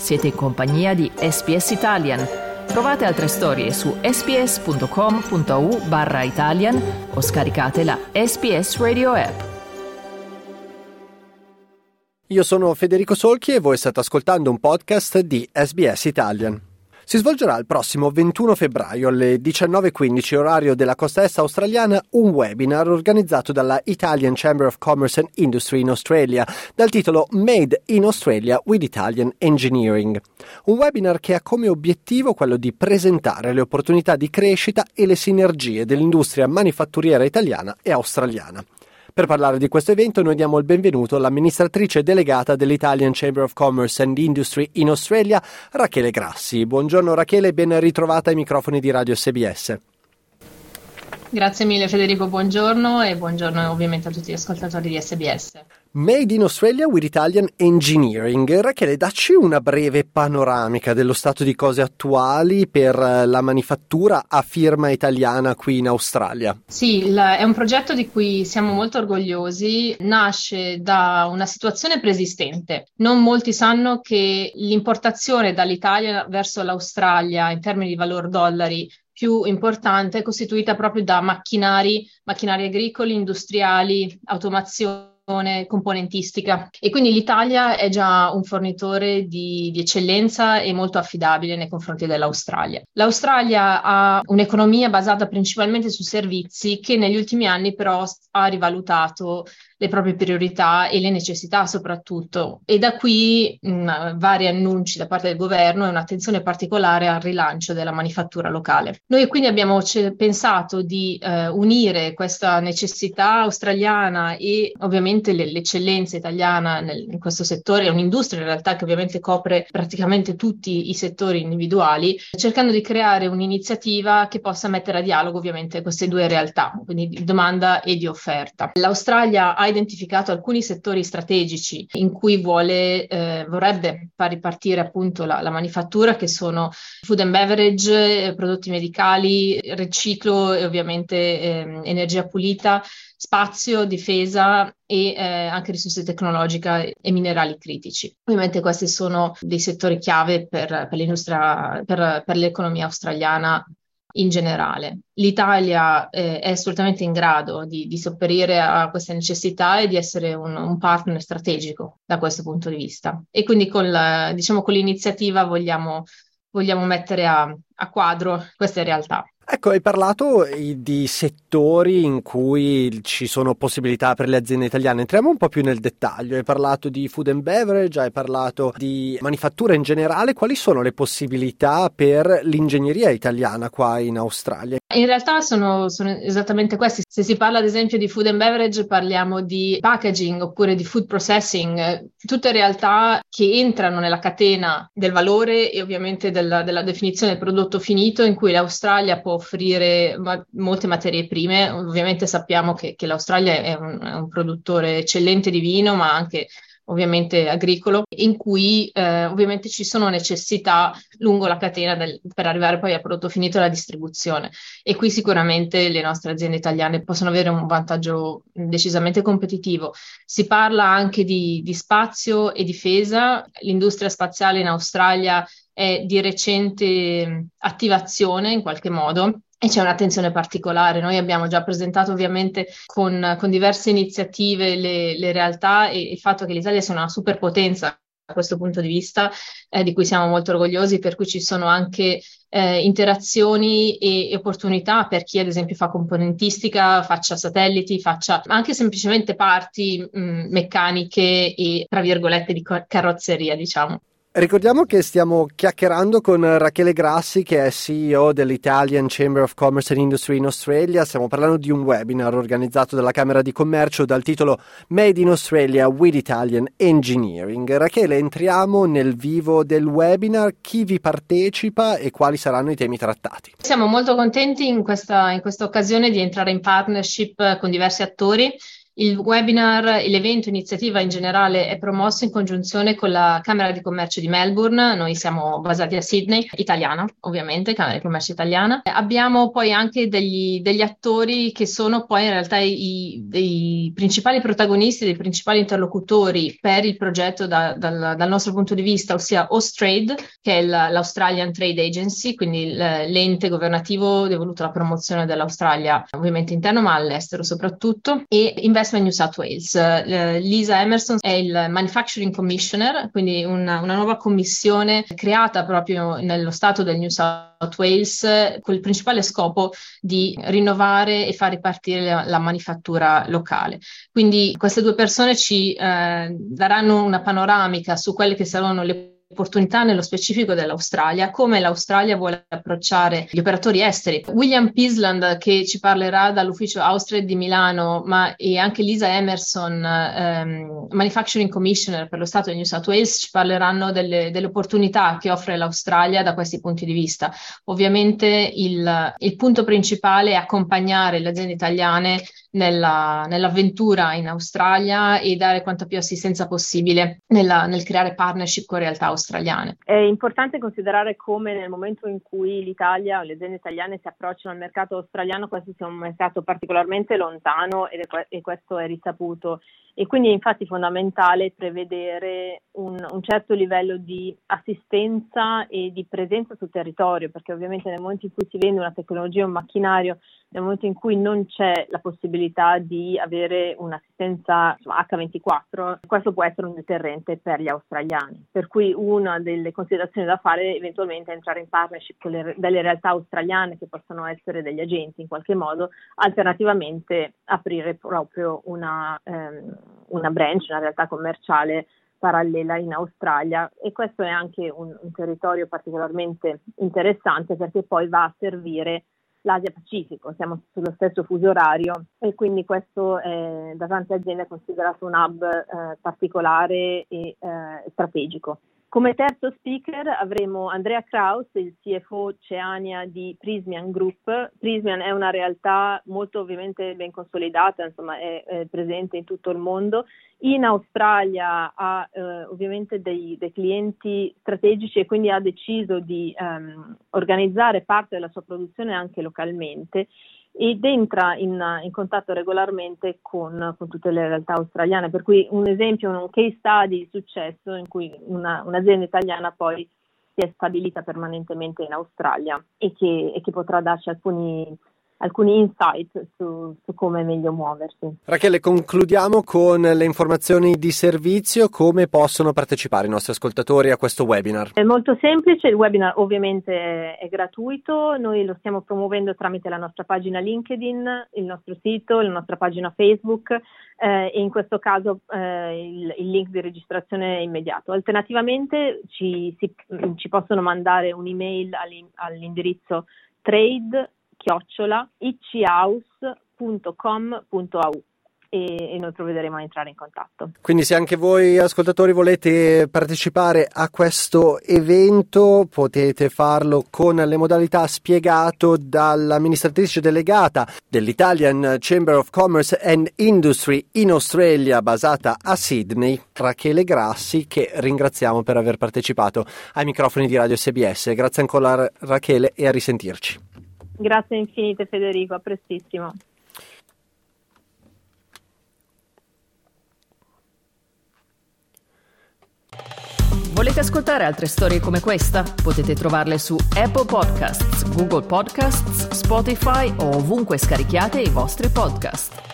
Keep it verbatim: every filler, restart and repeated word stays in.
Siete in compagnia di S B S Italian. Trovate altre storie su sbs.com.au barra Italian o scaricate la S B S Radio app. Io sono Federico Solchi e voi state ascoltando un podcast di S B S Italian. Si svolgerà il prossimo ventuno febbraio alle diciannove e quindici orario della costa est australiana un webinar organizzato dalla Italian Chamber of Commerce and Industry in Australia dal titolo Made in Australia with Italian Engineering. Un webinar che ha come obiettivo quello di presentare le opportunità di crescita e le sinergie dell'industria manifatturiera italiana e australiana. Per parlare di questo evento noi diamo il benvenuto all'amministratrice delegata dell'Italian Chamber of Commerce and Industry in Australia, Rachele Grassi. Buongiorno Rachele, ben ritrovata ai microfoni di Radio S B S. Grazie mille Federico, buongiorno e buongiorno ovviamente a tutti gli ascoltatori di S B S. Made in Australia with Italian Engineering. Rachele, dacci una breve panoramica dello stato di cose attuali per la manifattura a firma italiana qui in Australia. Sì, la, è un progetto di cui siamo molto orgogliosi, nasce da una situazione preesistente. Non molti sanno che l'importazione dall'Italia verso l'Australia in termini di valor dollari più importante è costituita proprio da macchinari, macchinari agricoli, industriali, automazione, componentistica, e quindi l'Italia è già un fornitore di, di eccellenza e molto affidabile nei confronti dell'Australia. L'Australia ha un'economia basata principalmente su servizi che negli ultimi anni però ha rivalutato le proprie priorità e le necessità soprattutto, e da qui mh, vari annunci da parte del governo e un'attenzione particolare al rilancio della manifattura locale. Noi quindi abbiamo c- pensato di eh, unire questa necessità australiana e ovviamente le, l'eccellenza italiana nel, in questo settore, è un'industria in realtà che ovviamente copre praticamente tutti i settori individuali, cercando di creare un'iniziativa che possa mettere a dialogo ovviamente queste due realtà, quindi di domanda e di offerta. L'Australia ha identificato alcuni settori strategici in cui vuole, eh, vorrebbe far ripartire appunto la, la manifattura, che sono food and beverage, eh, prodotti medicali, riciclo e ovviamente eh, energia pulita, spazio, difesa e eh, anche risorse tecnologiche e minerali critici. Ovviamente questi sono dei settori chiave per, per l'industria, per, per l'economia australiana in generale. L'Italia eh, è assolutamente in grado di, di sopperire a queste necessità e di essere un, un partner strategico da questo punto di vista. E quindi con, la, diciamo, con l'iniziativa vogliamo, vogliamo mettere a, a quadro queste realtà. Ecco, hai parlato di settori in cui ci sono possibilità per le aziende italiane. Entriamo un po' più nel dettaglio. Hai parlato di food and beverage, hai parlato di manifattura in generale. Quali sono le possibilità per l'ingegneria italiana qua in Australia? In realtà sono, sono esattamente questi. Se si parla ad esempio di food and beverage parliamo di packaging oppure di food processing, tutte realtà che entrano nella catena del valore e ovviamente della, della definizione del prodotto finito, in cui l'Australia può offrire ma- molte materie prime. Ovviamente sappiamo che, che l'Australia è un, è un produttore eccellente di vino, ma anche ovviamente agricolo, in cui eh, ovviamente ci sono necessità lungo la catena del, per arrivare poi al prodotto finito e alla distribuzione, e qui sicuramente le nostre aziende italiane possono avere un vantaggio decisamente competitivo. Si parla anche di, di spazio e difesa. L'industria spaziale in Australia è di recente attivazione in qualche modo e c'è un'attenzione particolare. Noi abbiamo già presentato ovviamente con, con diverse iniziative le, le realtà e il fatto che l'Italia sia una superpotenza da questo punto di vista, eh, di cui siamo molto orgogliosi, per cui ci sono anche eh, interazioni e, e opportunità per chi ad esempio fa componentistica, faccia satelliti, faccia anche semplicemente parti mh, meccaniche e tra virgolette di carrozzeria, diciamo. Ricordiamo che stiamo chiacchierando con Rachele Grassi, che è C E O dell'Italian Chamber of Commerce and Industry in Australia. Stiamo parlando di un webinar organizzato dalla Camera di Commercio dal titolo Made in Australia with Italian Engineering. Rachele, entriamo nel vivo del webinar. Chi vi partecipa e quali saranno i temi trattati? Siamo molto contenti in questa, in questa occasione di entrare in partnership con diversi attori. Il webinar, l'evento, iniziativa in generale è promosso in congiunzione con la Camera di Commercio di Melbourne. Noi siamo basati a Sydney, italiana ovviamente, Camera di Commercio italiana. Abbiamo poi anche degli, degli attori che sono poi in realtà i, i principali protagonisti, dei principali interlocutori per il progetto da, dal, dal nostro punto di vista, ossia Austrade, che è l'Australian Trade Agency, quindi l'ente governativo devoluto alla promozione dell'Australia, ovviamente interno ma all'estero soprattutto, e Investment New South Wales. Uh, Lisa Emerson è il Manufacturing Commissioner, quindi una, una nuova commissione creata proprio nello stato del New South Wales con il principale scopo di rinnovare e far ripartire la, la manifattura locale. Quindi queste due persone ci eh, daranno una panoramica su quelle che saranno le opportunità nello specifico dell'Australia, come l'Australia vuole approcciare gli operatori esteri. William Pisland, che ci parlerà dall'ufficio Austrade di Milano, ma e anche Lisa Emerson, ehm, Manufacturing Commissioner per lo Stato di New South Wales, ci parleranno delle, delle opportunità che offre l'Australia da questi punti di vista. Ovviamente il, il punto principale è accompagnare le aziende italiane nella, nell'avventura in Australia e dare quanta più assistenza possibile nella, nel creare partnership con realtà australiane. È importante considerare come nel momento in cui l'Italia o le aziende italiane si approcciano al mercato australiano, questo sia un mercato particolarmente lontano ed è, e questo è risaputo. E quindi è infatti fondamentale prevedere un, un certo livello di assistenza e di presenza sul territorio, perché ovviamente nel momento in cui si vende una tecnologia, un macchinario, nel momento in cui non c'è la possibilità di avere un'assistenza insomma, acca ventiquattro, questo può essere un deterrente per gli australiani. Per cui una delle considerazioni da fare eventualmente è entrare in partnership con le, delle realtà australiane che possono essere degli agenti in qualche modo, alternativamente aprire proprio una, ehm, una branch, una realtà commerciale parallela in Australia, e questo è anche un, un territorio particolarmente interessante perché poi va a servire l'Asia Pacifico, siamo sullo stesso fuso orario e quindi questo è da tante aziende considerato un hub eh, particolare e eh, strategico. Come terzo speaker avremo Andrea Kraus, il C F O Oceania di Prysmian Group. Prysmian è una realtà molto ovviamente ben consolidata, insomma è, è presente in tutto il mondo. In Australia ha eh, ovviamente dei, dei clienti strategici e quindi ha deciso di um, organizzare parte della sua produzione anche localmente ed entra in, in contatto regolarmente con, con tutte le realtà australiane, per cui un esempio, un case study di successo in cui una, un'azienda italiana poi si è stabilita permanentemente in Australia e che, e che potrà darci alcuni alcuni insight su, su come è meglio muoversi. Rachele, concludiamo con le informazioni di servizio. Come possono partecipare i nostri ascoltatori a questo webinar? È molto semplice, il webinar ovviamente è, è gratuito, noi lo stiamo promuovendo tramite la nostra pagina LinkedIn, il nostro sito, la nostra pagina Facebook eh, e in questo caso eh, il, il link di registrazione è immediato. Alternativamente ci, si, ci possono mandare un'email all'indirizzo trade chiocciola ichouse punto com punto a u e, e noi provvederemo a entrare in contatto. Quindi se anche voi ascoltatori volete partecipare a questo evento potete farlo con le modalità spiegato dall'amministratrice delegata dell'Italian Chamber of Commerce and Industry in Australia basata a Sydney, Rachele Grassi, che ringraziamo per aver partecipato ai microfoni di Radio S B S. Grazie ancora Rachele e a risentirci. Grazie infinite Federico, a prestissimo. Volete ascoltare altre storie come questa? Potete trovarle su Apple Podcasts, Google Podcasts, Spotify o ovunque scarichiate i vostri podcast.